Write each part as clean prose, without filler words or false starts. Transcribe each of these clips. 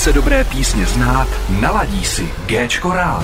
Chce dobré písně znát, naladí si Géčko rád.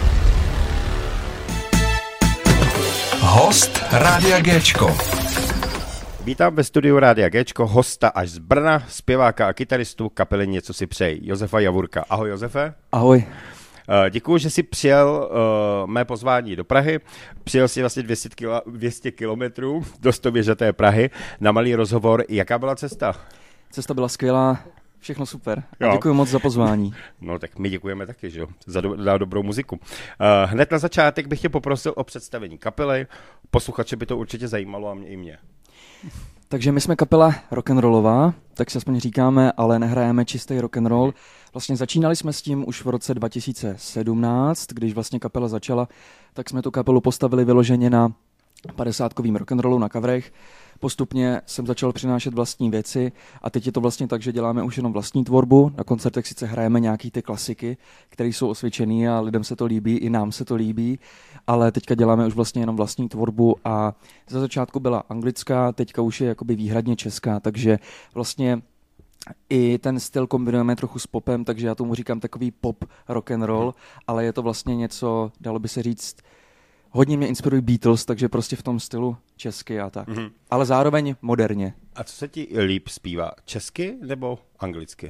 Host Rádia Géčko. Vítám ve studiu Rádia Géčko hosta až z Brna, zpěváka a kytaristu kapely Něco si přej, Josefa Javorka. Ahoj Josefe. Ahoj. Děkuju, že jsi přijel mé pozvání do Prahy. Přijel jsi vlastně 200 kilometrů do stověžaté Prahy na malý rozhovor. Jaká byla cesta? Cesta byla skvělá, všechno super. A děkuji moc za pozvání. No tak my děkujeme taky, že jo, za dobrou muziku. Hned na začátek bych tě poprosil o představení kapely. Posluchače by to určitě zajímalo a mě. Takže my jsme kapela rock'n'rollová, tak si aspoň říkáme, ale nehrajeme čistý rock'n'roll. Vlastně začínali jsme s tím už v roce 2017, když vlastně kapela začala, tak jsme tu kapelu postavili vyloženě na 50kovým rock'n'rollu na coverech. Postupně jsem začal přinášet vlastní věci a teď je to vlastně tak, že děláme už jenom vlastní tvorbu. Na koncertech sice hrajeme nějaký ty klasiky, které jsou osvědčený a lidem se to líbí, i nám se to líbí, ale teďka děláme už vlastně jenom vlastní tvorbu a za začátku byla anglická, teďka už je jakoby výhradně česká, takže vlastně i ten styl kombinujeme trochu s popem, takže já tomu říkám takový pop rock'n'roll, ale je to vlastně něco, dalo by se říct, hodně mě inspirují Beatles, takže prostě v tom stylu česky a tak. Mm-hmm. Ale zároveň moderně. A co se ti líp zpívá? Česky nebo anglicky?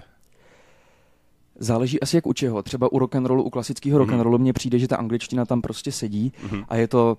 Záleží asi jak u čeho. Třeba u rock'n'rollu, u klasického rock'n'rollu mně přijde, že ta angličtina tam prostě sedí a je to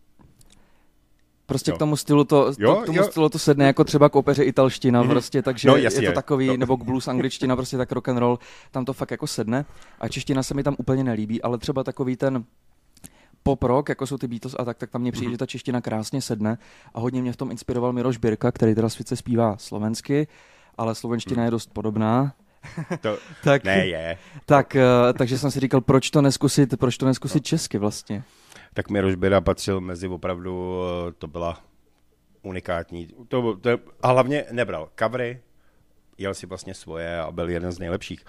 prostě k tomu stylu stylu to sedne jako třeba k opeře italština prostě, takže je to takový, nebo k blues angličtina, prostě tak rock'n'roll, tam to fakt jako sedne a čeština se mi tam úplně nelíbí, ale třeba takový ten pop rock, jako jsou ty Beatles a tak tam mně přijde, že ta čeština krásně sedne a hodně mě v tom inspiroval Miroš Birka, který teda sice zpívá slovensky, ale slovenština je dost podobná. To tak, ne je. Takže jsem si říkal, proč to neskusit česky vlastně. Tak Miroš Birka patřil mezi opravdu, to byla unikátní, a hlavně nebral covery, jel si vlastně svoje a byl jeden z nejlepších.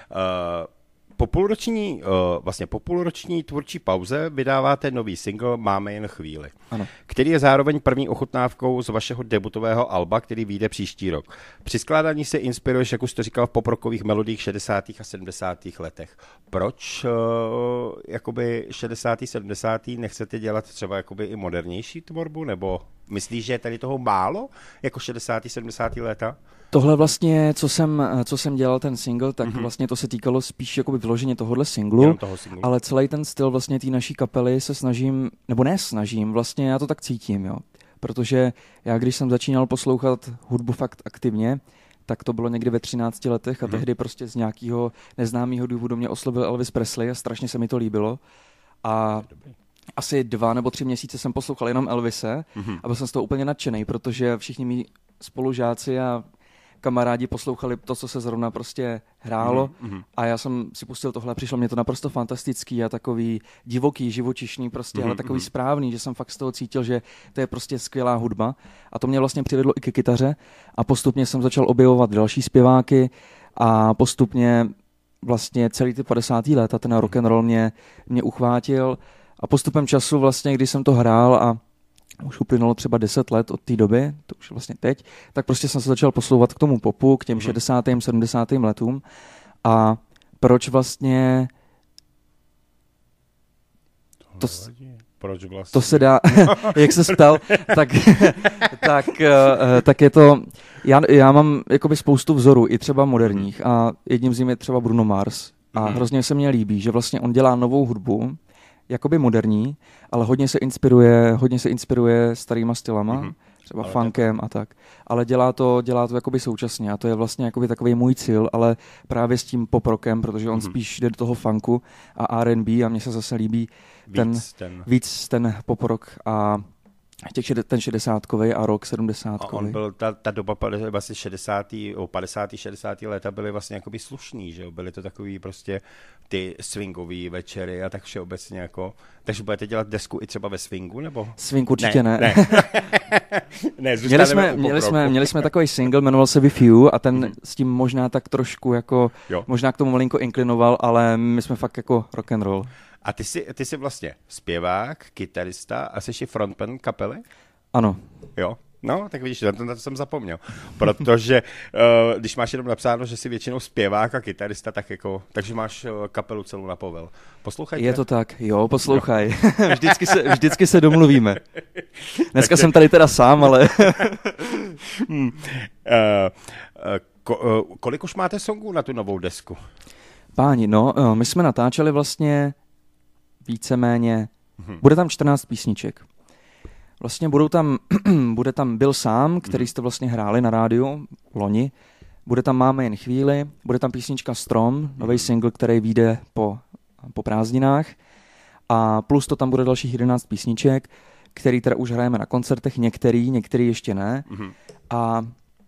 Po půlroční tvůrčí pauze vydáváte nový single Máme jen chvíli, ano, který je zároveň první ochutnávkou z vašeho debutového alba, který vyjde příští rok. Při skládání se inspiruješ, jak už jste říkal, v poprokových melodiích 60. a 70. letech. Proč jakoby 60. 70. nechcete dělat třeba jakoby i modernější tvorbu, nebo myslíš, že je tady toho málo, jako 60. 70. léta? Tohle vlastně, co jsem dělal ten single, tak vlastně to se týkalo spíš jakoby vyloženě tohohle singlu, ale celý ten styl vlastně té naší kapely se snažím, nebo nesnažím, vlastně já to tak cítím, jo. Protože já, když jsem začínal poslouchat hudbu fakt aktivně, tak to bylo někdy ve 13 letech a tehdy prostě z nějakého neznámého důvodu mě oslovil Elvis Presley a strašně se mi to líbilo. A asi 2 nebo 3 měsíce jsem poslouchal jenom Elvise a byl jsem z toho úplně nadšený, protože všichni mý spolužáci a kamarádi poslouchali to, co se zrovna prostě hrálo a já jsem si pustil tohle, přišlo mě to naprosto fantastický a takový divoký, živočišný prostě, ale takový správný, že jsem fakt z toho cítil, že to je prostě skvělá hudba a to mě vlastně přivedlo i ke kytaře a postupně jsem začal objevovat další zpěváky a postupně vlastně celý ty 50. léta ten rock'n'roll mě uchvátil a postupem času vlastně, když jsem to hrál a už uplynulo třeba 10 let od té doby, to už vlastně teď, tak prostě jsem se začal posouvat k tomu popu, k těm 60. 70. letům a proč vlastně to se dá, jak se ptal, tak je to, já mám jakoby spoustu vzorů, i třeba moderních a jedním z nich je třeba Bruno Mars a hrozně se mně líbí, že vlastně on dělá novou hudbu, jakoby moderní, ale hodně se inspiruje starýma stylama, třeba funkem a tak. Ale dělá to jakoby současně a to je vlastně jakoby takový můj cíl, ale právě s tím poprokem, protože on spíš jde do toho funku a R&B a mně se zase líbí víc ten poprok a ten 60kovej a rok 70kovej. A on byl, ta doba vlastně 50. 60. léta byly vlastně jakoby slušný, že jo? Byly to takový prostě ty swingový večery a tak všeobecně jako. Takže budete dělat desku i třeba ve swingu, nebo? Swing určitě ne. Ne, měli jsme takový single, jmenoval se With You a ten s tím možná tak trošku jako, možná k tomu malinko inklinoval, ale my jsme fakt jako rock and roll. A ty jsi vlastně zpěvák, kytarista a jsi i frontman kapely? Ano. Jo. No, tak vidíš, na to jsem zapomněl. Protože když máš jenom napsáno, že jsi většinou zpěvák a kytarista, tak jako, takže máš kapelu celou na povel. Poslouchajte. Je to tak, jo, poslouchaj. Vždycky se domluvíme. Dneska jsem tady teda sám, ale... Kolik už máte songů na tu novou desku? Páni, no, my jsme natáčeli vlastně víceméně, bude tam 14 písniček. Vlastně bude tam Byl sám, který jste vlastně hráli na rádiu loni. Bude tam Máme jen chvíli, bude tam písnička Strom, nový single, který vyjde po prázdninách. A plus to tam bude dalších 11 písniček, který teda už hrajeme na koncertech, některý ještě ne. A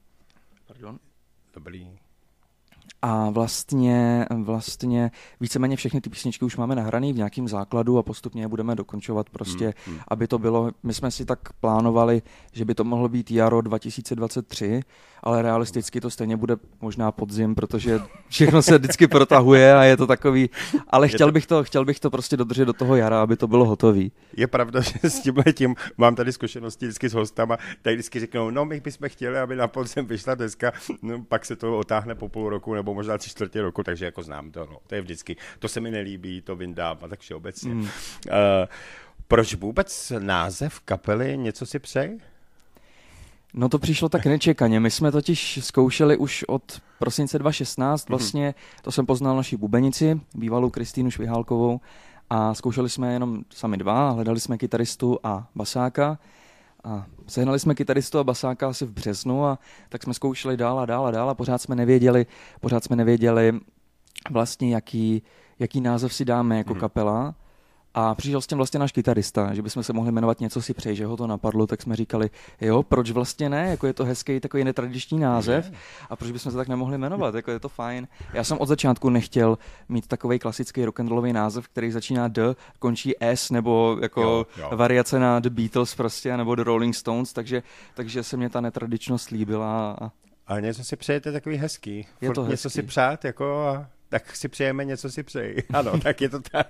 Dobrý. A vlastně víceméně všechny ty písničky už máme nahraný v nějakém základu a postupně je budeme dokončovat prostě, aby to bylo, my jsme si tak plánovali, že by to mohlo být jaro 2023, ale realisticky to stejně bude možná podzim, protože všechno se vždycky protahuje a je to takový, ale chtěl bych to prostě dodržet do toho jara, aby to bylo hotový. Je pravda, že s tímhletím mám tady zkušenosti vždycky s hostama, tady vždycky řeknou, no my bychom chtěli, aby na podzim vyšla deska, no, pak se to otáhne po půl roku nebo možná 3/4 roku, takže jako znám to, no, to je vždycky, to se mi nelíbí, to vyndám a tak všeobecně. Proč vůbec název kapely Něco si přej? No to přišlo tak nečekaně, my jsme totiž zkoušeli už od prosince 2016, vlastně to jsem poznal naší bubenici, bývalou Kristýnu Švihálkovou a zkoušeli jsme jenom sami dva, hledali jsme kytaristu a basáka a sehnali jsme kytaristu a basáka asi v březnu a tak jsme zkoušeli dál a pořád jsme nevěděli vlastně jaký název si dáme jako kapela. A přišel s tím vlastně náš kytarista, že bychom se mohli jmenovat Něco si přej, že ho to napadlo, tak jsme říkali, jo, proč vlastně ne, jako je to hezký takový netradiční název a proč bychom se tak nemohli jmenovat, jako je to fajn. Já jsem od začátku nechtěl mít takovej klasický rock'n'rollový název, který začíná D, končí S, nebo jako variace na The Beatles prostě, nebo The Rolling Stones, takže se mě ta netradičnost líbila. A Něco si přejete takový hezký. Je to hezký. Něco si přát, jako a tak si přejeme Něco si přej. Ano, tak je to tak.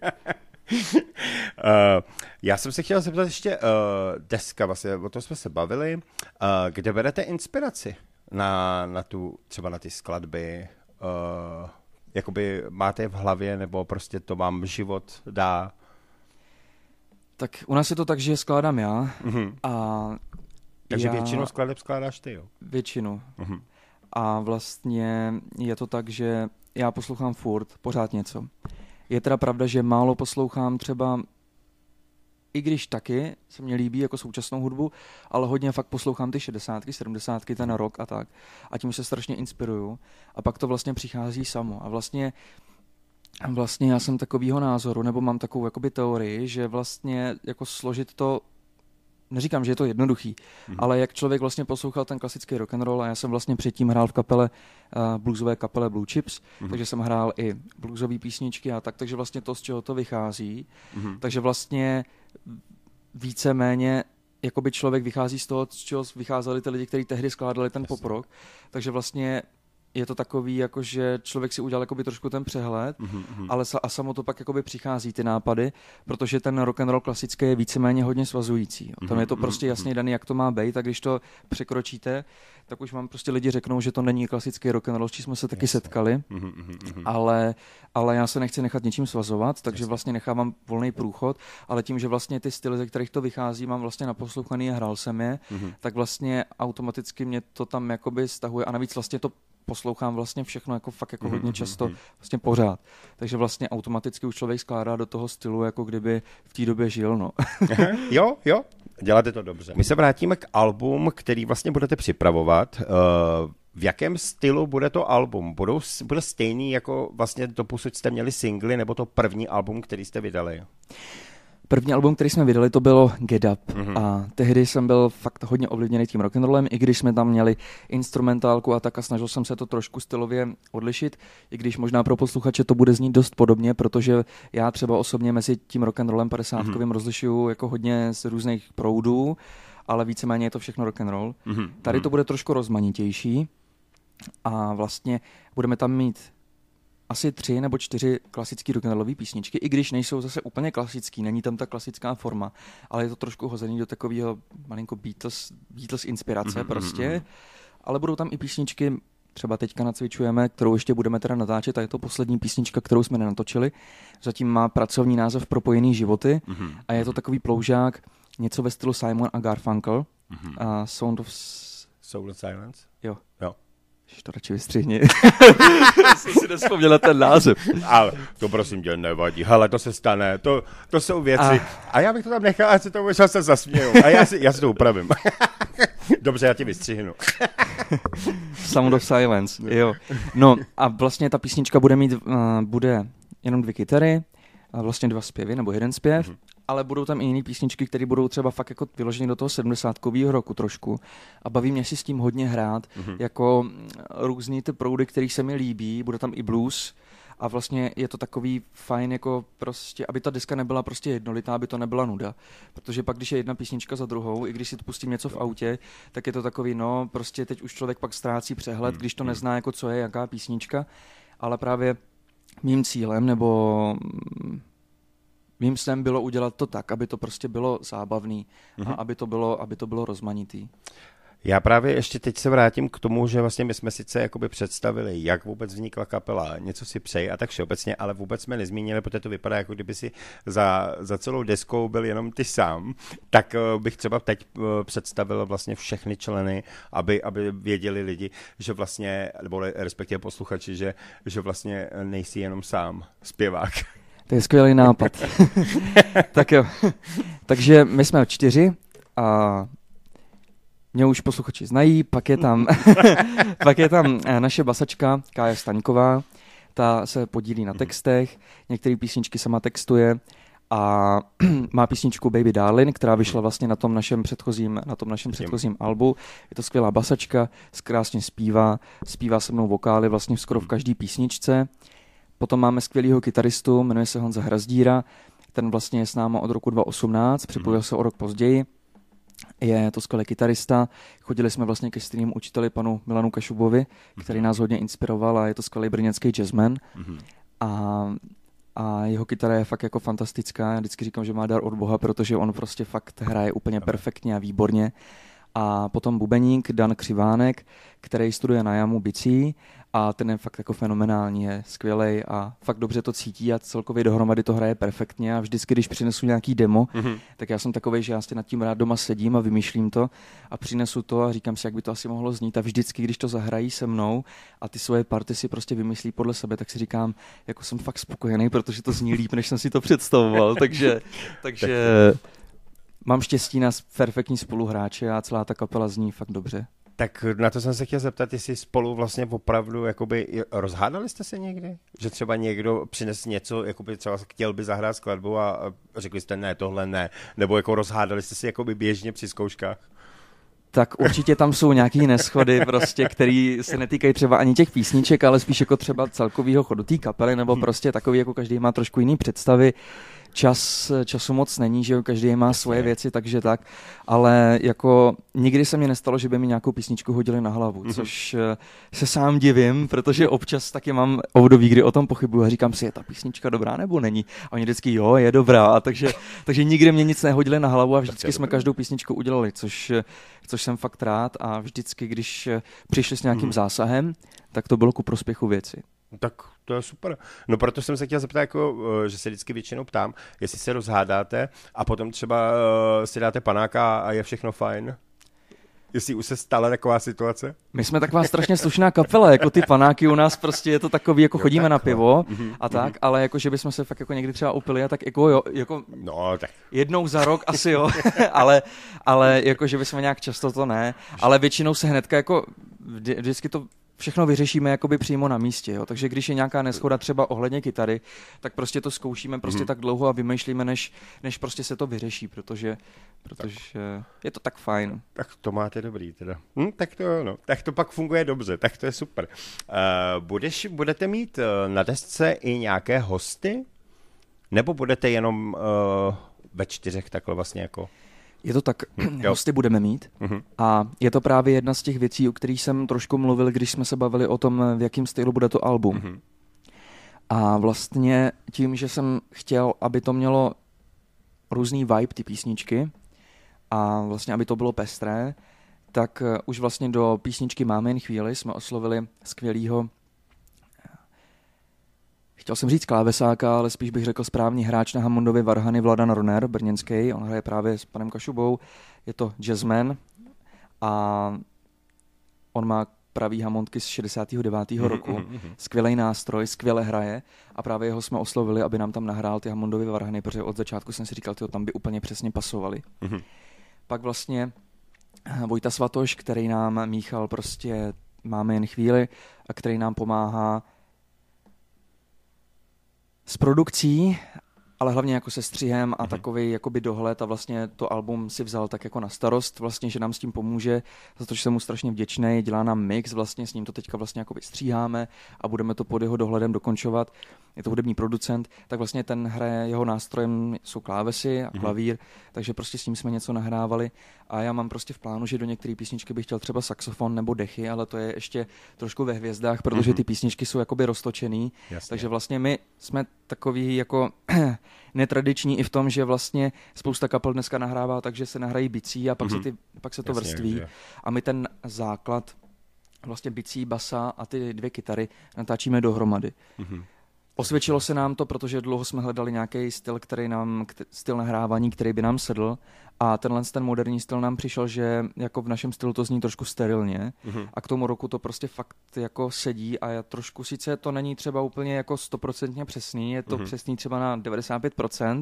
Já jsem se chtěl zeptat ještě deska, vlastně, o tom jsme se bavili, kde berete inspiraci na tu, třeba na ty skladby, jakoby máte je v hlavě, nebo prostě to vám život dá? Tak u nás je to tak, že je skládám já. Takže většinu skladeb skládáš ty, jo? Většinu. A vlastně je to tak, že já poslouchám pořád něco. Je teda pravda, že málo poslouchám třeba, i když taky se mně líbí jako současnou hudbu, ale hodně fakt poslouchám ty 60, 70, ten rock a tak. A tím se strašně inspiruju. A pak to vlastně přichází samo. A vlastně já jsem takovýho názoru, nebo mám takovou jakoby teorii, že vlastně jako složit to, neříkám, že je to jednoduchý, ale jak člověk vlastně poslouchal ten klasický rock and roll a já jsem vlastně předtím hrál v bluesové kapele Blue Chips, takže jsem hrál i bluesové písničky a tak, takže vlastně to, z čeho to vychází, takže vlastně víceméně jakoby člověk vychází z toho, z čeho vycházeli ty lidi, kteří tehdy skládali ten pop rock, takže vlastně je to takový, jakože člověk si udělal jakoby trošku ten přehled, ale samo to pak jakoby přichází ty nápady, protože ten rock and roll klasický je víceméně hodně svazující. Tam je to prostě jasně daný, jak to má být, a když to překročíte, tak už vám prostě lidi řeknou, že to není klasický rock and roll, s čím jsme se taky setkali, ale já se nechci nechat ničím svazovat, takže vlastně nechávám volný průchod, ale tím, že vlastně ty styly, ze kterých to vychází, mám vlastně naposlouchaný a hrál jsem je, tak vlastně automaticky mě to tam jakoby stahuje a navíc vlastně to poslouchám vlastně všechno jako fakt jako hodně často, vlastně pořád. Takže vlastně automaticky už člověk skládá do toho stylu, jako kdyby v té době žil, no. Jo, děláte to dobře. My se vrátíme k album, který vlastně budete připravovat. V jakém stylu bude to album? Bude stejný, jako vlastně doposud jste měli singly, nebo to první album, který jste vydali? První album, který jsme vydali, to bylo Get Up. A tehdy jsem byl fakt hodně ovlivněný tím rock'n'rollem, i když jsme tam měli instrumentálku a tak a snažil jsem se to trošku stylově odlišit, i když možná pro posluchače to bude znít dost podobně, protože já třeba osobně mezi tím rock'n'rollem 50kovým rozlišuju jako hodně z různých proudů, ale víceméně je to všechno rock'n'roll. Tady to bude trošku rozmanitější a vlastně budeme tam mít asi 3 nebo 4 klasický rock'n'rollové písničky, i když nejsou zase úplně klasický, není tam ta klasická forma, ale je to trošku hozený do takového malinko Beatles inspirace prostě, ale budou tam i písničky, třeba teďka nacvičujeme, kterou ještě budeme teda natáčet, a je to poslední písnička, kterou jsme nenatočili, zatím má pracovní název Propojený životy a je to takový ploužák, něco ve stylu Simon a Garfunkel, Sound of Silence? Jo. Ježiš, to radši vystřihni. Jsem si nespomněl na ten název. Ale to prosím tě nevadí. Hele, to se stane. To jsou věci. A já bych to tam nechal, a si to možná se zasměju. A já si to upravím. Dobře, já ti vystřihnu. Sound of Silence, jo. No a vlastně ta písnička bude jenom 2 kytary, a vlastně 2 zpěvy, nebo 1 zpěv, ale budou tam i jiné písničky, které budou třeba fakt jako vyložené do toho 70kového roku trošku. A baví mě si s tím hodně hrát, jako různý ty proudy, který se mi líbí, bude tam i blues, a vlastně je to takový fajn, jako prostě, aby ta deska nebyla prostě jednolitá, aby to nebyla nuda. Protože pak, když je jedna písnička za druhou, i když si pustím něco v autě, tak je to takový, no, prostě teď už člověk pak ztrácí přehled, když to nezná, jako co je, jaká písnička, ale právě mým cílem, nebo mým snem bylo udělat to tak, aby to prostě bylo zábavný a aby to bylo rozmanitý. Já právě ještě teď se vrátím k tomu, že vlastně my jsme sice jakoby představili, jak vůbec vznikla kapela, něco si přeji a tak všeobecně, ale vůbec jsme nezmínili, protože to vypadá, jako kdyby si za celou deskou byl jenom ty sám, tak bych třeba teď představil vlastně všechny členy, aby věděli lidi, že vlastně, nebo respektive posluchači, že vlastně nejsi jenom sám zpěvák. To je skvělý nápad. Tak jo. Takže my jsme 4 a mě už posluchači znají, pak je tam naše basačka Kája Staňková, ta se podílí na textech, některé písničky sama textuje a má písničku Baby Darling, která vyšla vlastně na tom našem předchozím albu. Je to skvělá basačka, krásně zpívá se mnou vokály vlastně skoro v každé písničce. Potom máme skvělýho kytaristu, jmenuje se Honza Hrazdíra, ten vlastně je s náma od roku 2018, připojil se o rok později. Je to skvělý kytarista, chodili jsme vlastně ke stejnému učiteli panu Milanu Kašubovi, který nás hodně inspiroval a je to skvělý brněnský jazzman. A jeho kytara je fakt jako fantastická, já vždycky říkám, že má dar od Boha, protože on prostě fakt hraje úplně perfektně a výborně. A potom bubeník Dan Křivánek, který studuje na Jamu bicí a ten je fakt jako fenomenální, je skvělej a fakt dobře to cítí a celkově dohromady to hraje perfektně a vždycky, když přinesu nějaký demo, tak já jsem takovej, že já si nad tím rád doma sedím a vymýšlím to a přinesu to a říkám si, jak by to asi mohlo znít a vždycky, když to zahrají se mnou a ty svoje party si prostě vymyslí podle sebe, tak si říkám, jako jsem fakt spokojený, protože to zní líp, než jsem si to představoval, takže mám štěstí na perfektní spoluhráče a celá ta kapela zní fakt dobře. Tak na to jsem se chtěl zeptat, jestli spolu vlastně opravdu, jakoby, rozhádali jste se někdy? Že třeba někdo přines něco, jakoby třeba chtěl by zahrát skladbu a řekli jste ne, tohle ne, nebo jako rozhádali jste si jakoby běžně při zkouškách? Tak určitě tam jsou nějaký neschody, prostě, který se netýkají třeba ani těch písniček, ale spíš jako třeba celkovýho chodu té kapely, nebo prostě takový, jako každý má trošku jiný představy. Času moc není, že každý má svoje věci, takže tak, ale jako nikdy se mi nestalo, že by mi nějakou písničku hodili na hlavu, což se sám divím, protože občas taky mám období, kdy o tom pochybuju a říkám si, je ta písnička dobrá nebo není? A oni vždycky, jo, je dobrá, takže nikdy mě nic nehodili na hlavu a vždycky jsme každou písničku udělali, což jsem fakt rád a vždycky, když přišli s nějakým zásahem, tak to bylo ku prospěchu věci. Tak to je super. No proto jsem se chtěl zeptat, jako, že se vždycky většinou ptám, jestli se rozhádáte a potom třeba si dáte panáka a je všechno fajn. Jestli už se stala taková situace? My jsme taková strašně slušná kapela, jako ty panáky u nás prostě je to takový, jako chodíme na pivo a tak, ale jako, že bychom se fakt jako někdy třeba upili a tak jako jo, jako no, tak. Jednou za rok asi jo, ale jako, že bychom nějak často to ne, ale většinou se hnedka jako vždycky to všechno vyřešíme jakoby přímo na místě, jo? Takže když je nějaká neshoda třeba ohledně kytary, tak prostě to zkoušíme prostě tak dlouho a vymýšlíme, než prostě se to vyřeší, protože je to tak fajn. Tak to máte dobrý teda. Tak to pak funguje dobře, tak to je super. Budete mít na desce i nějaké hosty? Nebo budete jenom ve 4 takhle vlastně jako... Je to tak, hosty budeme mít a je to právě jedna z těch věcí, o kterých jsem trošku mluvil, když jsme se bavili o tom, v jakém stylu bude to album. A vlastně tím, že jsem chtěl, aby to mělo různý vibe, ty písničky, a vlastně, aby to bylo pestré, tak už vlastně do písničky Máme jen chvíli jsme oslovili skvělýho, chtěl jsem říct klávesáka, ale spíš bych řekl správně hráč na Hammondovy varhany Vladan Roner, brněnský, on hraje právě s panem Kašubou, je to jazzman a on má pravý Hammondky z 69. roku, skvělej nástroj, skvěle hraje a právě jeho jsme oslovili, aby nám tam nahrál ty Hammondovy varhany, protože od začátku jsem si říkal, tam by úplně přesně pasovaly. Pak vlastně Vojta Svatoš, který nám míchal prostě Máme jen chvíli a který nám pomáhá s produkcí, ale hlavně jako se střihem a takový jakoby dohled a vlastně to album si vzal tak jako na starost vlastně, že nám s tím pomůže, za to, že jsem mu strašně vděčný, dělá nám mix, vlastně s ním to teďka vlastně jakoby stříháme a budeme to pod jeho dohledem dokončovat. Je to hudební producent, tak vlastně ten hraje, jeho nástrojem jsou klávesy a klavír, takže prostě s ním jsme něco nahrávali a já mám prostě v plánu, že do některé písničky bych chtěl třeba saxofon nebo dechy, ale to je ještě trošku ve hvězdách, protože ty písničky jsou jakoby roztočený, takže vlastně my jsme takový jako netradiční i v tom, že vlastně spousta kapel dneska nahrává, takže se nahrají bicí a pak se to vrství a my ten základ vlastně bicí, basa a ty dvě kytary natáčíme dohromady. Osvědčilo se nám to, protože dlouho jsme hledali nějaký styl, styl nahrávání, který by nám sedl a ten moderní styl nám přišel, že jako v našem stylu to zní trošku sterilně a k tomu roku to prostě fakt jako sedí a já trošku, sice to není třeba úplně jako 100% přesný, je to přesný třeba na 95%,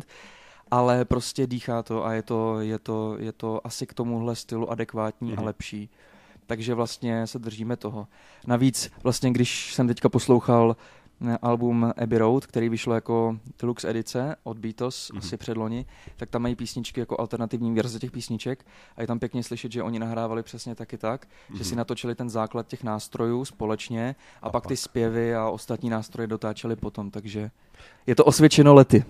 ale prostě dýchá to a je to asi k tomuhle stylu adekvátní a lepší. Takže vlastně se držíme toho. Navíc vlastně, když jsem teďka poslouchal album Abbey Road, který vyšlo jako deluxe edice od Beatles asi předloni, tak tam mají písničky jako alternativní verze těch písniček a je tam pěkně slyšet, že oni nahrávali přesně taky tak, že si natočili ten základ těch nástrojů společně a pak ty zpěvy a ostatní nástroje dotáčeli potom, takže je to osvědčeno lety.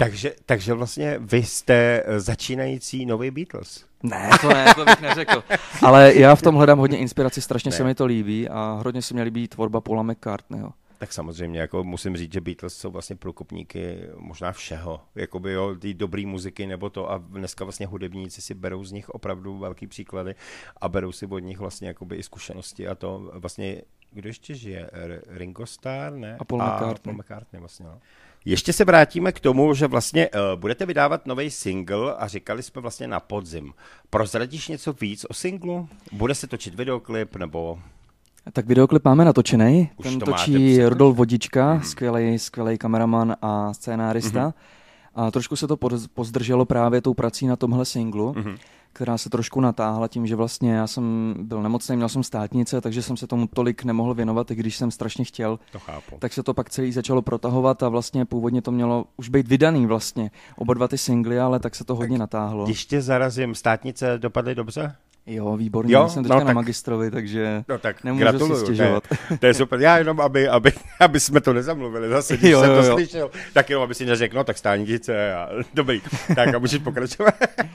takže vlastně vy jste začínající nový Beatles. Ne, to bych neřekl. Ale já v tom hledám hodně inspiraci, strašně se mi to líbí a hodně se mi líbí tvorba Paula McCartneyho. Tak samozřejmě, jako musím říct, že Beatles jsou vlastně průkopníky možná všeho, jakoby jo, ty dobrý muziky nebo to a dneska vlastně hudebníci si berou z nich opravdu velký příklady a berou si od nich vlastně jakoby i zkušenosti a to vlastně, kdo ještě žije? Ringo Starr, ne? A Paul McCartney vlastně, no. Ještě se vrátíme k tomu, že vlastně budete vydávat nový single a říkali jsme vlastně na podzim. Prozradíš něco víc o singlu? Bude se točit videoklip nebo... Tak videoklip máme natočený, ten točí Rudolf Vodička, skvělej kameraman a scénárista. A trošku se to pozdrželo právě tou prací na tomhle singlu, která se trošku natáhla tím, že vlastně já jsem byl nemocný, měl jsem státnice, takže jsem se tomu tolik nemohl věnovat, i když jsem strašně chtěl. To chápu. Tak se to pak celý začalo protahovat a vlastně původně to mělo už být vydaný vlastně, oba dva ty singly, ale tak se to hodně natáhlo. Když tě zarazím, státnice dopadly dobře? Jo, výborně, jsem teďka na magistrovi, takže nemůžu si stěžovat. To je super, já jenom, aby jsme to nezamluvili zase, když jsem to slyšel, tak jenom, aby si neřekl, tak státnice a dobrý, tak a můžeš pokračovat.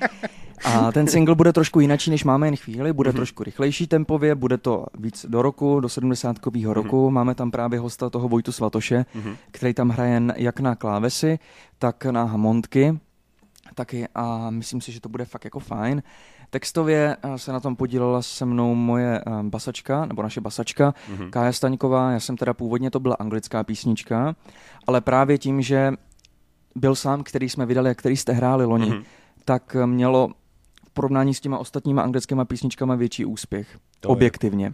A ten single bude trošku jinačí, než Máme jen chvíli, bude trošku rychlejší tempově, bude to víc do roku, do 70kového roku. Máme tam právě hosta toho Vojtu Svatoše, který tam hraje jak na klávesy, tak na hammondky taky a myslím si, že to bude fakt jako fajn. Textově se na tom podílela se mnou moje basačka, nebo naše basačka, Kája Staňková. Já jsem teda původně, to byla anglická písnička, ale právě tím, že byl sám, který jsme vydali a který jste hráli loni, tak mělo v porovnání s těma ostatníma anglickýma písničkama větší úspěch. Objektivně.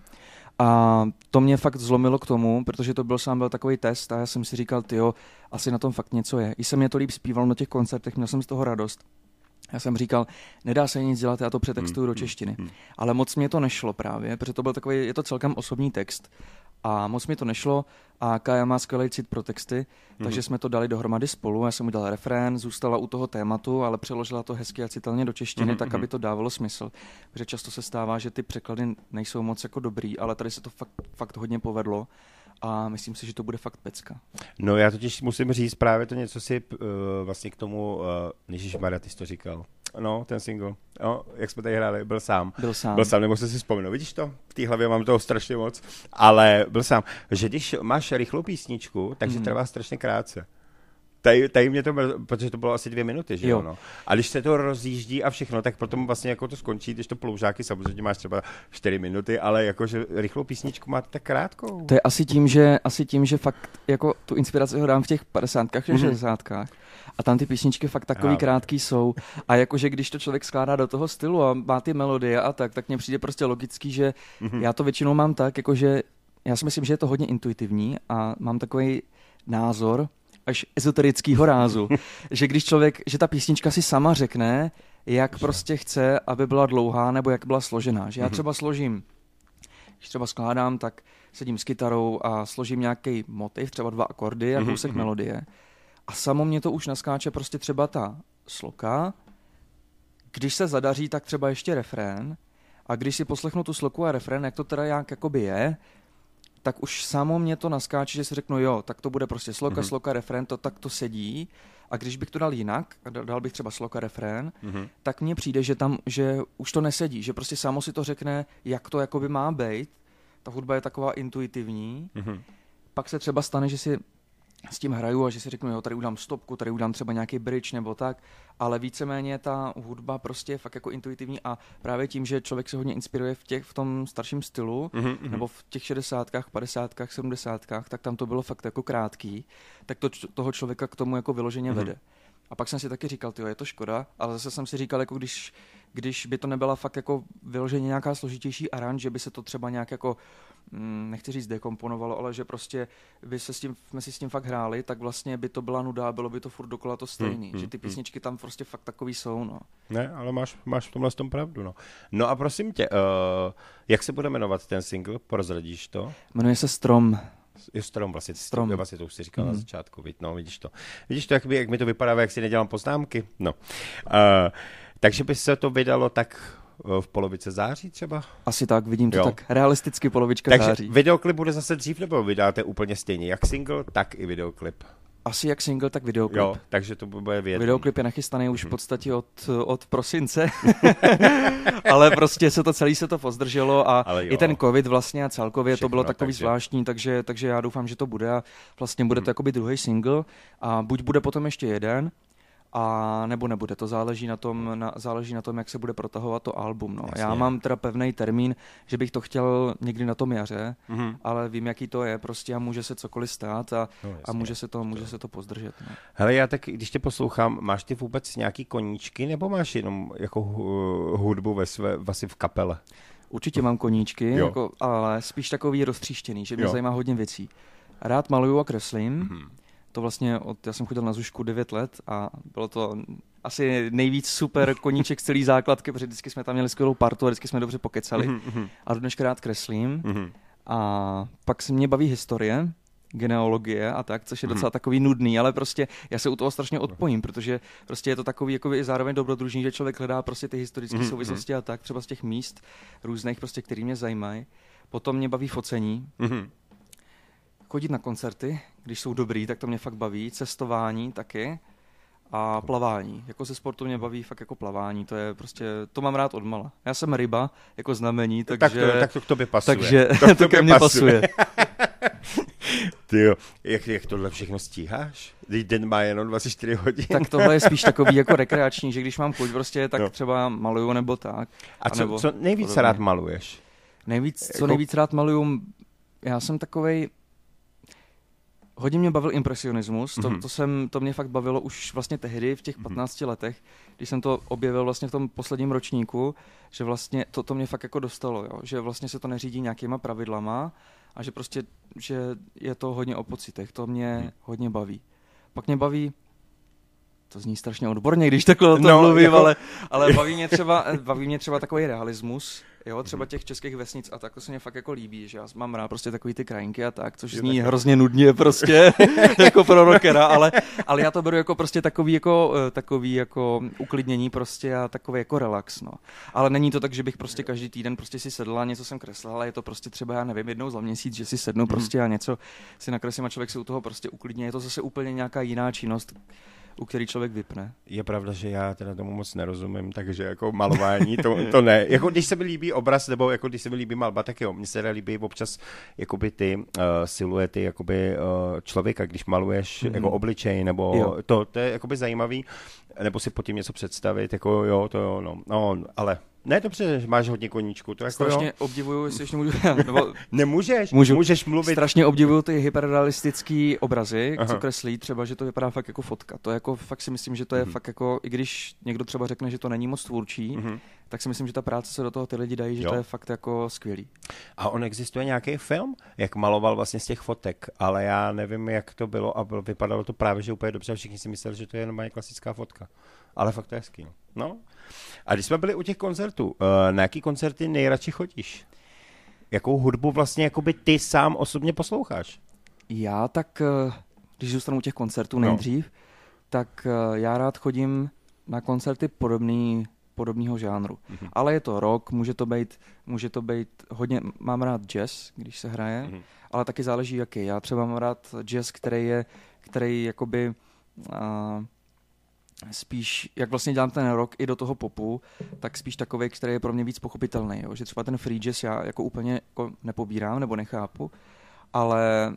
A to mě fakt zlomilo k tomu, protože to byl takový test a já jsem si říkal, asi na tom fakt něco je. I se mě to líp zpíval na těch koncertech, měl jsem z toho radost. Já jsem říkal, nedá se nic dělat, já to přetextuju do češtiny. Ale moc mě to nešlo právě, protože to byl takový, je to celkem osobní text. A moc mi to nešlo a Kája má skvělý cit pro texty, takže jsme to dali dohromady spolu. Já jsem udělal refrén, zůstala u toho tématu, ale přeložila to hezky a citelně do češtiny, tak aby to dávalo smysl. Protože často se stává, že ty překlady nejsou moc jako dobrý, ale tady se to fakt hodně povedlo. A myslím si, že to bude fakt pecka. No já totiž musím říct právě to něco si vlastně k tomu, Ježišmarja, ty jsi to říkal. No, ten single. No, jak jsme tady hráli, byl sám. Byl sám, nemohl si vzpomenout. Vidíš to? V té hlavě mám toho strašně moc. Ale byl sám. Že když máš rychlou písničku, takže trvá strašně krátce. Tady mě to bylo, protože to bylo asi 2 minuty, že jo? No. A když se to rozjíždí a všechno, tak potom vlastně jako to skončí, když to ploužáky, samozřejmě máš třeba 4 minuty, ale jakože rychlou písničku máte tak krátkou. To je asi tím, že fakt jako tu inspiraci ho dám v těch 50kách, 60kách. A tam ty písničky fakt takový krátký jsou. A jakože když to člověk skládá do toho stylu a má ty melodie a tak mně přijde prostě logický, že já to většinou mám tak, jakože já si myslím, že je to hodně intuitivní a mám takový názor, až ezoterickýho rázu, že když člověk, že ta písnička si sama řekne, jak prostě chce, aby byla dlouhá, nebo jak byla složená. Že já třeba složím, když třeba skládám, tak sedím s kytarou a složím nějaký motiv, třeba 2 akordy a kousek melodie. A samo mě to už naskáče prostě třeba ta sloka, když se zadaří, tak třeba ještě refrén, a když si poslechnu tu sloku a refrén, jak to teda jak jakoby je, tak už samo mě to naskáče, že si řeknu, jo, tak to bude prostě sloka, refrén, to tak to sedí. A když bych to dal jinak, dal bych třeba sloka, refrén, tak mně přijde, že už to nesedí, že prostě samo si to řekne, jak to jakoby má být. Ta hudba je taková intuitivní. Pak se třeba stane, že si s tím hraju a že si řeknu, jo, tady udám stopku, tady udám třeba nějaký bridge nebo tak, ale víceméně ta hudba prostě je fakt jako intuitivní a právě tím, že člověk se hodně inspiruje v tom starším stylu, nebo v těch 60kách, 50kách, 70kách, tak tam to bylo fakt jako krátký, tak to toho člověka k tomu jako vyloženě vede. A pak jsem si taky říkal, tyjo, je to škoda, ale zase jsem si říkal, jako když by to nebyla fakt jako vyloženě nějaká složitější aranž, že by se to třeba nějak jako, nechci říct dekomponovalo, ale že prostě jsme si s tím fakt hráli, tak vlastně by to byla nuda, bylo by to furt dokola to stejný, že ty písničky tam prostě fakt takový jsou, no. Ne, ale máš v tomhle tom pravdu, no. No a prosím tě, jak se bude jmenovat ten single, prozradíš to? Jmenuje se Strom. Je Strom, vlastně to už si říkal na začátku, no, vidíš to, jak mi to vypadá, jak si nedělám poznámky, no. Takže by se to vydalo tak v polovice září třeba? Asi tak, vidím to tak realisticky polovička takže září. Takže videoklip bude zase dřív, nebo vydáte úplně stejně, jak single, tak i videoklip? Asi jak single, tak videoklip. Jo, takže to bude vědět. Videoklip je nachystaný už v podstatě od prosince, ale prostě celý se to pozdrželo a i ten covid vlastně a celkově všechno, to bylo takový zvláštní, takže já doufám, že to bude a vlastně bude to jakoby druhý single a buď bude potom ještě jeden, a nebo nebude, to záleží na tom, jak se bude protahovat to album. No. Já mám teda pevný termín, že bych to chtěl někdy na tom jaře, ale vím, jaký to je prostě a může se cokoliv stát a může se to pozdržet. No. Hele, já tak, když tě poslouchám, máš ty vůbec nějaký koníčky, nebo máš jenom jako hudbu vlastně v kapele? Určitě mám koníčky, ale spíš takový roztříštěný, že mě zajímá hodně věcí. Rád maluju a kreslím. To vlastně, já jsem chodil na Zušku 9 let a bylo to asi nejvíc super koníček z celý základky, protože vždycky jsme tam měli skvělou partu a vždycky jsme dobře pokecali. A dneška rád kreslím. A pak se mě baví historie, genealogie a tak, což je docela takový nudný, ale prostě já se u toho strašně odpojím, protože prostě je to takový jako i zároveň dobrodružný, že člověk hledá prostě ty historické souvislosti a tak, třeba z těch míst různých, prostě, který mě zajímají. Potom mě baví focení. Chodit na koncerty, když jsou dobrý, tak to mě fakt baví. Cestování taky a plavání. Jako ze sportu mě baví fakt jako plavání. To je prostě, to mám rád odmala. Já jsem ryba, jako znamení, takže... Tak to k tobě pasuje. Takže to ke mně pasuje. Tyjo, jak tohle všechno stíháš? Když den má jenom 24 hodin. Tak tohle je spíš takový jako rekreační, že když mám chuť prostě, tak třeba maluju nebo tak. A co nejvíc rád maluješ? Co nejvíc rád maluju, já jsem takovej... Hodně mě bavil impresionismus, to mě fakt bavilo už vlastně tehdy, v těch 15 letech, když jsem to objevil vlastně v tom posledním ročníku, že vlastně to mě fakt jako dostalo, jo? Že vlastně se to neřídí nějakýma pravidlama a že prostě, že je to hodně o pocitech, to mě hodně baví. Pak mě baví, to zní strašně odborně, když takhle o tom mluvím, ale baví mě třeba takový realismus, jo, třeba těch českých vesnic a tak, to se mě fakt jako líbí, že já mám rád prostě takový ty krajinky a tak, což zní hrozně nudně prostě, jako pro rockera, ale já to beru jako prostě takový jako uklidnění prostě a takový jako relax, no. Ale není to tak, že bych prostě každý týden prostě si sedl a něco jsem kreslil, ale je to prostě třeba, já nevím, jednou za měsíc, že si sednu prostě a něco si nakreslím a člověk se u toho prostě uklidně, je to zase úplně nějaká jiná činnost, u který člověk vypne. Je pravda, že já teda tomu moc nerozumím, takže jako malování, to ne. Jako když se mi líbí obraz, nebo jako když se mi líbí malba, tak jo, mně se líbí občas jakoby ty siluety jakoby člověka, když maluješ jako obličej, nebo to je jakoby zajímavý, nebo si pod tím něco představit, jako jo, to jo, no, ale ne, dobře, máš hodně koníčku. To jako strašně obdivuju, jestli ještě můžu... Nebo... Nemůžeš, můžeš mluvit. Strašně obdivuju ty hyperrealistický obrazy, co kreslí, třeba, že to vypadá fakt jako fotka. To jako fakt si myslím, že to je fakt jako, i když někdo třeba řekne, že to není moc tvůrčí, tak si myslím, že ta práce se do toho ty lidi dají, že to je fakt jako skvělý. A on existuje nějaký film, jak maloval vlastně z těch fotek, ale já nevím, jak to bylo a vypadalo to právě, že úplně dobře a všichni si mysleli, že to je jenom klasická fotka. Ale fakt to je hezký. No. A když jsme byli u těch koncertů, na jaký koncerty nejradši chodíš? Jakou hudbu vlastně jakoby ty sám osobně posloucháš? Já tak, když zůstanu u těch koncertů nejdřív, tak já rád chodím na koncerty podobného žánru. Ale je to rock, může to být hodně, mám rád jazz, když se hraje, ale taky záleží jaký. Já třeba mám rád jazz, který jakoby spíš, jak vlastně dělám ten rock i do toho popu, tak spíš takovej, který je pro mě víc pochopitelný. Jo? Že třeba ten free jazz já jako úplně jako nepobírám nebo nechápu, ale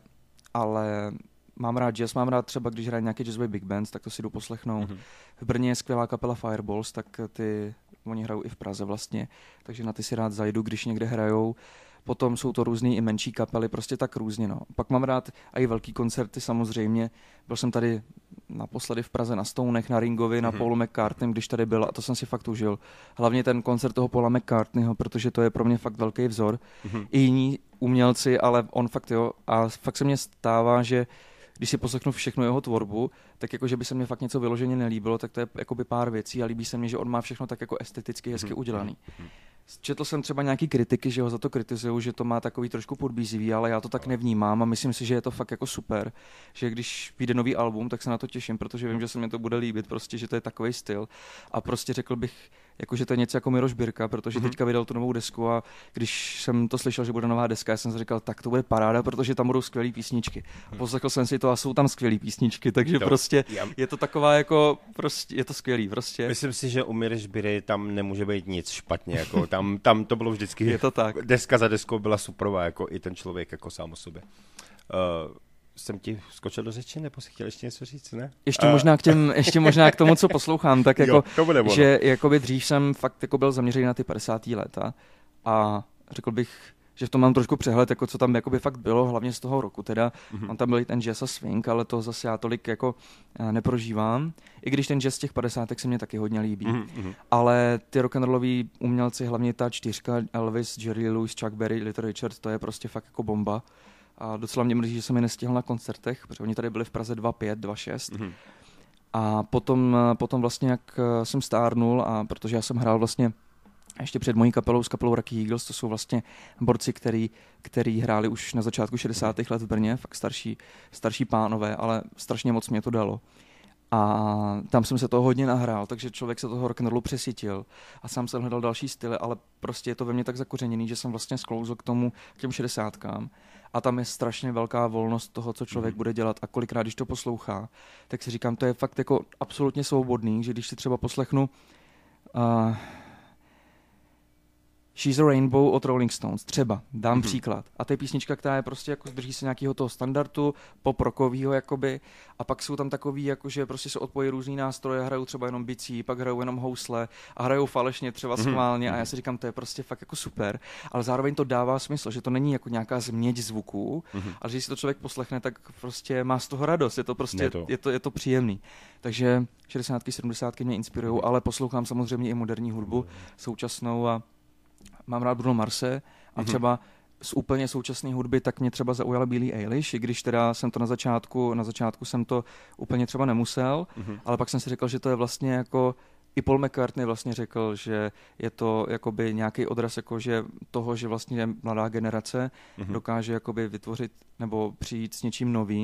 mám rád jazz, mám rád třeba, když hraje nějaký jazzový big bands, tak to si jdu poslechnout. V Brně je skvělá kapela Fireballs, tak oni hrajou i v Praze vlastně, takže na ty si rád zajdu, když někde hrajou. Potom jsou to různý i menší kapely, prostě tak různě. No. Pak mám rád i velký koncerty samozřejmě. Byl jsem tady naposledy v Praze na Stonech, na Ringovi, na Paulu McCartneym, když tady byl a to jsem si fakt užil. Hlavně ten koncert toho Paula McCartneyho, protože to je pro mě fakt velký vzor. I jiní umělci, ale on fakt jo. A fakt se mně stává, že když si poslechnu všechnu jeho tvorbu, tak jako, že by se mně fakt něco vyloženě nelíbilo, tak to je jakoby pár věcí a líbí se mně, že on má všechno tak jako esteticky hezky udělaný. Četl jsem třeba nějaký kritiky, že ho za to kritizují, že to má takový trošku podbízivý, ale já to tak nevnímám a myslím si, že je to fakt jako super, že když vyjde nový album, tak se na to těším, protože vím, že se mi to bude líbit, prostě, že to je takovej styl a prostě řekl bych, jako, že to je něco jako Miroš Birka, protože teďka vydal tu novou desku a když jsem to slyšel, že bude nová deska, já jsem si říkal, tak to bude paráda, protože tam budou skvělé písničky. A poslechl jsem si to a jsou tam skvělé písničky, takže prostě je to taková jako, prostě je to skvělý, prostě. Myslím si, že u Miroš Biry tam nemůže být nic špatně, jako tam to bylo vždycky, je to tak. Deska za deskou byla superová, jako i ten člověk jako sám o sobě. Jsem ti skočil do řeči, nebo si chtěl ještě něco říct, ne? Ještě možná k tomu, co poslouchám, tak jako, že jakoby dřív jsem fakt jako byl zaměřený na ty 50. léta a řekl bych, že v tom mám trošku přehled, jako co tam jakoby fakt bylo, hlavně z toho roku teda. On tam byl ten jazz a swing, ale to zase já tolik jako neprožívám. I když ten jazz z těch 50. se mě taky hodně líbí. Ale ty rock'n'rolloví umělci, hlavně ta čtyřka, Elvis, Jerry Lewis, Chuck Berry, Little Richard, to je prostě fakt jako bomba. A docela mě mrzí, že jsem je nestihl na koncertech, protože oni tady byli v Praze 2.5, 2.6. A potom vlastně, jak jsem stárnul, a protože já jsem hrál vlastně ještě před mojí kapelou s kapelou Rocky Eagles, to jsou vlastně borci, který hráli už na začátku 60. let v Brně, fakt starší pánové, ale strašně moc mě to dalo. A tam jsem se toho hodně nahrál, takže člověk se toho rock'n'rollu přesytil a sám jsem hledal další styly, ale prostě je to ve mně tak zakořeněný, že jsem vlastně sklouzl k těm 60kám a tam je strašně velká volnost toho, co člověk bude dělat a kolikrát, když to poslouchá, tak si říkám, to je fakt jako absolutně svobodný, že když si třeba poslechnu She's a Rainbow od Rolling Stones, třeba, dám příklad. A to je písnička, která je prostě jako drží se nějakého toho standardu, pop rockovýho jakoby, a pak jsou tam takový, jakože prostě se odpojí různý nástroje, hrajou třeba jenom bicí, pak hrajou jenom housle a hrajou falešně třeba schválně a já si říkám, to je prostě fakt jako super, ale zároveň to dává smysl, že to není jako nějaká změť zvuků, ale že si to člověk poslechne, tak prostě má z toho radost, je to prostě, je to příjemný. Takže 60, 70 mě inspirujou, ale poslouchám samozřejmě i moderní hudbu, současnou a mám rád Bruno Marse a třeba z úplně současné hudby tak mě třeba zaujala Billie Eilish, i když teda jsem to na začátku jsem to úplně třeba nemusel, ale pak jsem si řekl, že to je vlastně jako i Paul McCartney vlastně řekl, že je to jakoby nějaký odraz jakože toho, že vlastně mladá generace dokáže jakoby vytvořit nebo přijít s něčím novým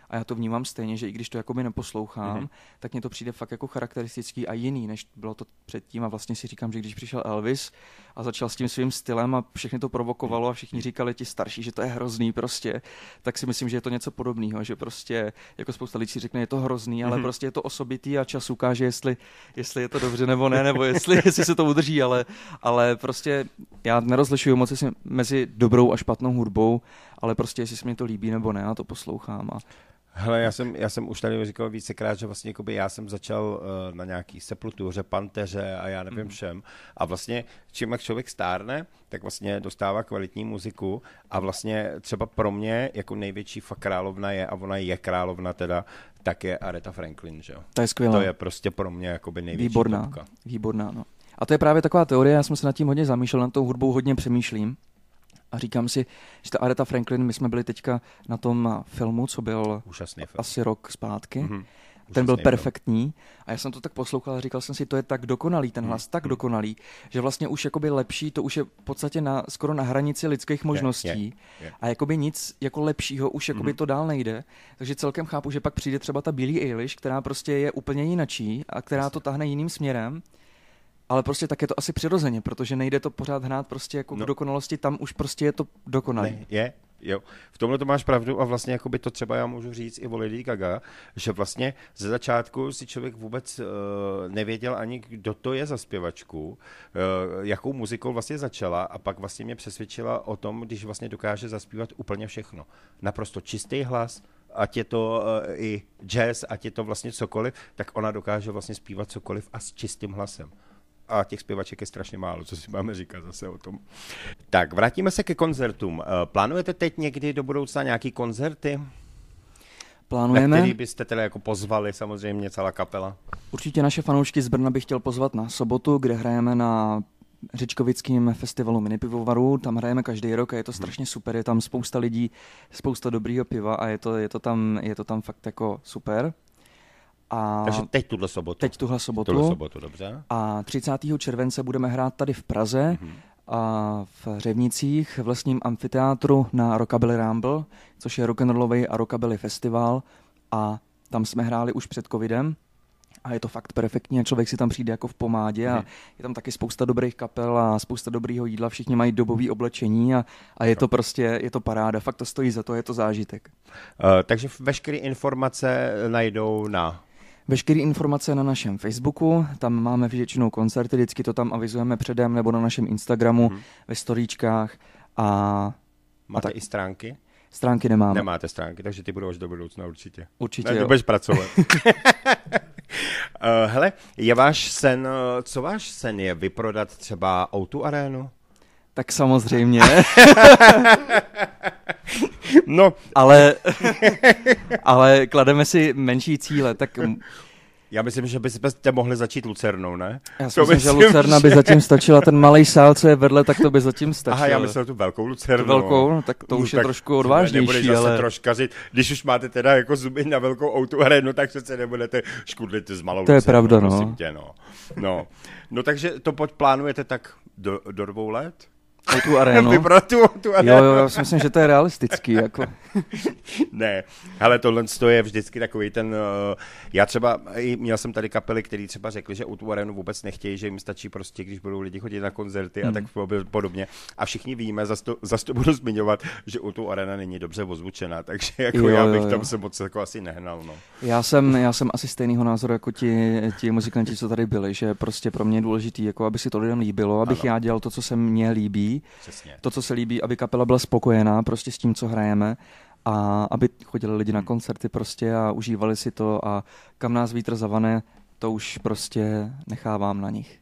a já to vnímám stejně, že i když to jakoby neposlouchám, tak mně to přijde fakt jako charakteristický a jiný, než bylo to předtím a vlastně si říkám, že když přišel Elvis a začal s tím svým stylem a všechny to provokovalo a všichni říkali ti starší, že to je hrozný prostě, tak si myslím, že je to něco podobného, že prostě jako spousta lidí řekne, je to hrozný, ale prostě je to osobitý a čas ukáže, jestli je to dobře nebo ne, nebo jestli se to udrží, ale prostě já nerozlišuju moc mezi dobrou a špatnou hudbou, ale prostě jestli se mi to líbí nebo ne, já to poslouchám. Hele, já jsem už tady říkal vícekrát, že vlastně já jsem začal na nějaký Sepultuře, Panteře a já nevím všem. A vlastně čím jak člověk stárne, tak vlastně dostává kvalitní muziku a vlastně třeba pro mě jako největší fakt královna je, a ona je královna teda, tak je Aretha Franklin, že jo. To je skvělá. To je prostě pro mě jakoby největší topka. Výborná, no. A to je právě taková teorie, já jsem se nad tím hodně zamýšlel, nad tou hudbou hodně přemýšlím. A říkám si, že ta Aretha Franklin, my jsme byli teďka na tom filmu, co byl asi rok zpátky. Ten byl perfektní a já jsem to tak poslouchal a říkal jsem si, to je tak dokonalý, ten hlas tak dokonalý, že vlastně už jakoby lepší, to už je v podstatě skoro na hranici lidských možností a jakoby nic jako lepšího už jakoby to dál nejde. Takže celkem chápu, že pak přijde třeba ta Billie Eilish, která prostě je úplně jinačí a která to tahne jiným směrem. Ale prostě tak je to asi přirozeně, protože nejde to pořád hrát prostě jako v dokonalosti, tam už prostě je to dokonalý. Jo. V tomhle to máš pravdu a vlastně jakoby to třeba já můžu říct i o Lady Gaga, že vlastně ze začátku si člověk vůbec nevěděl ani, kdo to je za zpěvačku, jakou muzikou vlastně začala a pak vlastně mě přesvědčila o tom, když vlastně dokáže zaspívat úplně všechno. Naprosto čistý hlas, ať je to i jazz, ať je to vlastně cokoliv, tak ona dokáže vlastně zpívat cokoliv a s čistým hlasem. A těch zpěvaček je strašně málo, co si máme říkat zase o tom. Tak, vrátíme se ke koncertům. Plánujete teď někdy do budoucna nějaký koncerty? Plánujeme. Na který byste teda jako pozvali samozřejmě celá kapela? Určitě naše fanoušky z Brna bych chtěl pozvat na sobotu, kde hrajeme na Řečkovickém festivalu minipivovarů. Tam hrajeme každý rok a je to strašně super. Je tam spousta lidí, spousta dobrýho piva a je to tam fakt jako super. Takže teď tuhle sobotu. Tuhle sobotu, dobře. A 30. července budeme hrát tady v Praze a v Řevnicích v lesním amfiteátru na Rockabilly Rumble, což je rock'n'rollový a rockabilly festival a tam jsme hráli už před covidem a je to fakt perfektní a člověk si tam přijde jako v pomádě a je tam taky spousta dobrých kapel a spousta dobrýho jídla, všichni mají dobový oblečení a je to prostě, je to paráda, fakt to stojí za to, je to zážitek. Takže veškeré informace najdou Veškeré informace na našem Facebooku, tam máme většinou koncerty, vždycky to tam avizujeme předem, nebo na našem Instagramu, ve storíčkách a... Máte i stránky? Stránky nemáme. Nemáte stránky, takže ty budou až do budoucna určitě. Určitě jo. Budeš pracovat. Hele, je váš sen, co váš sen je, vyprodat třeba O2 Arenu? Tak samozřejmě. No. Ale klademe si menší cíle, tak... Já myslím, že byste mohli začít Lucernou, ne? Já si myslím, že Lucerna by zatím stačila, ten malej sál, co je vedle, tak to by zatím stačilo. Aha, já myslel tu velkou Lucernu. Tu velkou, no, tak to už je trošku odvážnější, nebudeš zase troškařit. Když už máte teda jako zuby na velkou O2 Arenu, tak přece nebudete škudlit s malou to Lucernou. Je pravda, no. Prosím tě, no, takže to plánujete tak do 2 let? O2 Arenu. Tu Arenu. Jo, já si myslím, že to je realistický. Jako. Ne, ale tohle je vždycky takový ten... Já třeba, měl jsem tady kapely, který třeba řekli, že O2 Arenu vůbec nechtějí, že jim stačí prostě, když budou lidi chodit na koncerty a tak podobně. A všichni víme, zase to budu zmiňovat, že O2 Arena není dobře ozvučená, takže jako já bych tam se moc jako asi nehnal. No. Já jsem asi stejného názoru jako ti muzikanti, co tady byli, že prostě pro mě je důležitý, jako aby si to lidem líbilo, abych já dělal to, co se mně líbí. Přesně. To, co se líbí, aby kapela byla spokojená prostě s tím, co hrajeme a aby chodili lidi na koncerty prostě a užívali si to a kam nás vítr zavane, to už prostě nechávám na nich.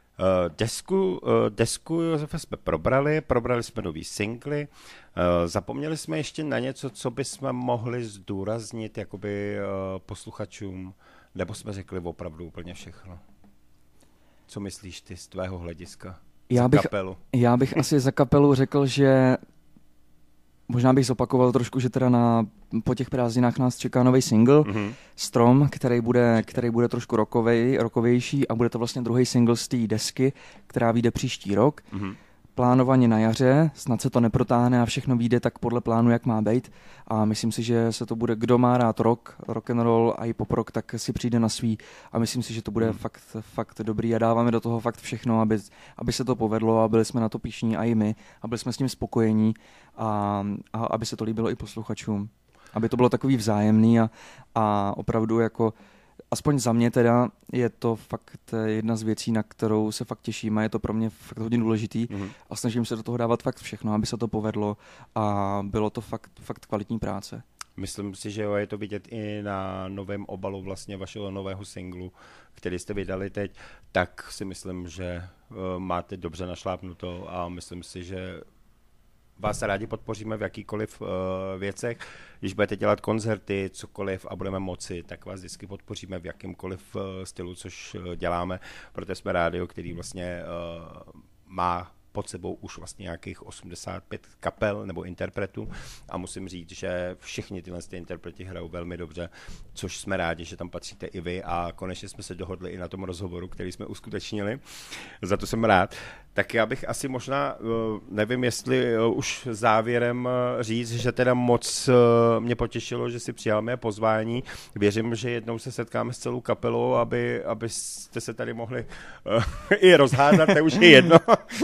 Desku Josefe jsme probrali jsme nový singly, zapomněli jsme ještě na něco, co bychom mohli zdůraznit jakoby posluchačům, nebo jsme řekli opravdu úplně všechno. Co myslíš ty z tvého hlediska? Já bych asi za kapelu řekl, že možná bych zopakoval trošku, že teda po těch prázdninách nás čeká nový single Strom, který bude trošku rockovější a bude to vlastně druhý single z té desky, která vyjde příští rok. plánovaně na jaře, snad se to neprotáhne a všechno vyjde tak podle plánu, jak má být. A myslím si, že se to bude, kdo má rád rock and roll a i pop rock, tak si přijde na svý a myslím si, že to bude fakt dobrý a dáváme do toho fakt všechno, aby se to povedlo a byli jsme na to pyšní a i my a byli jsme s tím spokojení a aby se to líbilo i posluchačům. Aby to bylo takový vzájemný a opravdu jako aspoň za mě teda je to fakt jedna z věcí, na kterou se fakt těším a je to pro mě fakt hodně důležitý a snažím se do toho dávat fakt všechno, aby se to povedlo a bylo to fakt kvalitní práce. Myslím si, že jo, je to vidět i na novém obalu vlastně vašeho nového singlu, který jste vydali teď, tak si myslím, že máte dobře našlápnuto a myslím si, že vás rádi podpoříme v jakýkoliv věcech. Když budete dělat koncerty, cokoliv a budeme moci, tak vás vždycky podpoříme v jakýmkoliv stylu, což děláme, protože jsme rádio, který vlastně má pod sebou už vlastně nějakých 85 kapel nebo interpretů a musím říct, že všichni tyhle interpreti hrajou velmi dobře, což jsme rádi, že tam patříte i vy a konečně jsme se dohodli i na tom rozhovoru, který jsme uskutečnili. Za to jsem rád. Tak já bych asi možná, nevím, jestli už závěrem říct, že teda moc mě potěšilo, že si přijal mé pozvání. Věřím, že jednou se setkáme s celou kapelou, abyste se tady mohli i rozhádat, to už je jedno,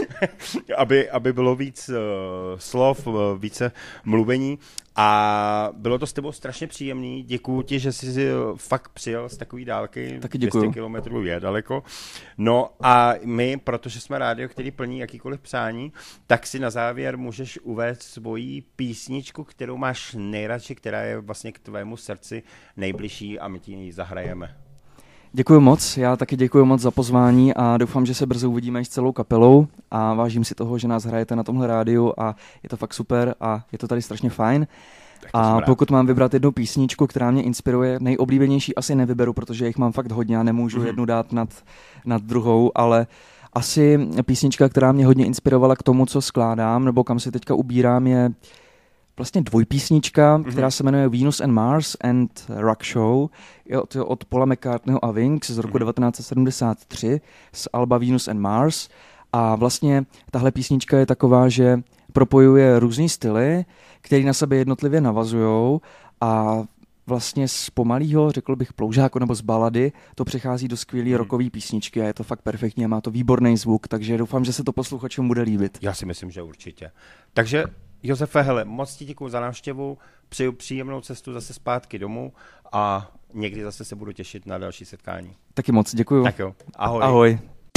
aby bylo víc slov, více mluvení. A bylo to s tebou strašně příjemný. Děkuju ti, že jsi fakt přijel z takový dálky. Taky děkuju. 200 kilometrů je daleko. No a my, protože jsme rádio, který plní jakýkoliv přání, tak si na závěr můžeš uvést svoji písničku, kterou máš nejradši, která je vlastně k tvému srdci nejbližší a my ti ji zahrajeme. Děkuji moc, já taky děkuji moc za pozvání a doufám, že se brzo uvidíme s celou kapelou a vážím si toho, že nás hrajete na tomhle rádiu a je to fakt super a je to tady strašně fajn. A pokud mám vybrat jednu písničku, která mě inspiruje, nejoblíbenější asi nevyberu, protože jich mám fakt hodně a nemůžu jednu dát nad druhou, ale asi písnička, která mě hodně inspirovala k tomu, co skládám, nebo kam se teďka ubírám, je vlastně dvojpísnička, která se jmenuje Venus and Mars and Rock Show. Je od Paula McCartneyho a Wings z roku 1973 z alba Venus and Mars. A vlastně tahle písnička je taková, že propojuje různý styly, které na sebe jednotlivě navazujou a vlastně z pomalýho, řekl bych, ploužáku nebo z balady to přechází do skvělý rockový písničky a je to fakt perfektní a má to výborný zvuk, takže doufám, že se to posluchačům bude líbit. Já si myslím, že určitě. Takže Josefe, hele, moc ti děkuju za návštěvu, přeju příjemnou cestu zase zpátky domů a někdy zase se budu těšit na další setkání. Taky moc, děkuju. Tak jo, ahoj. Ahoj.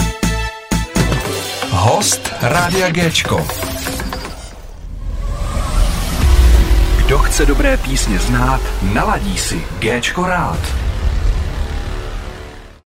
Host Rádia Géčko. Kdo chce dobré písně znát, naladí si Géčko rád.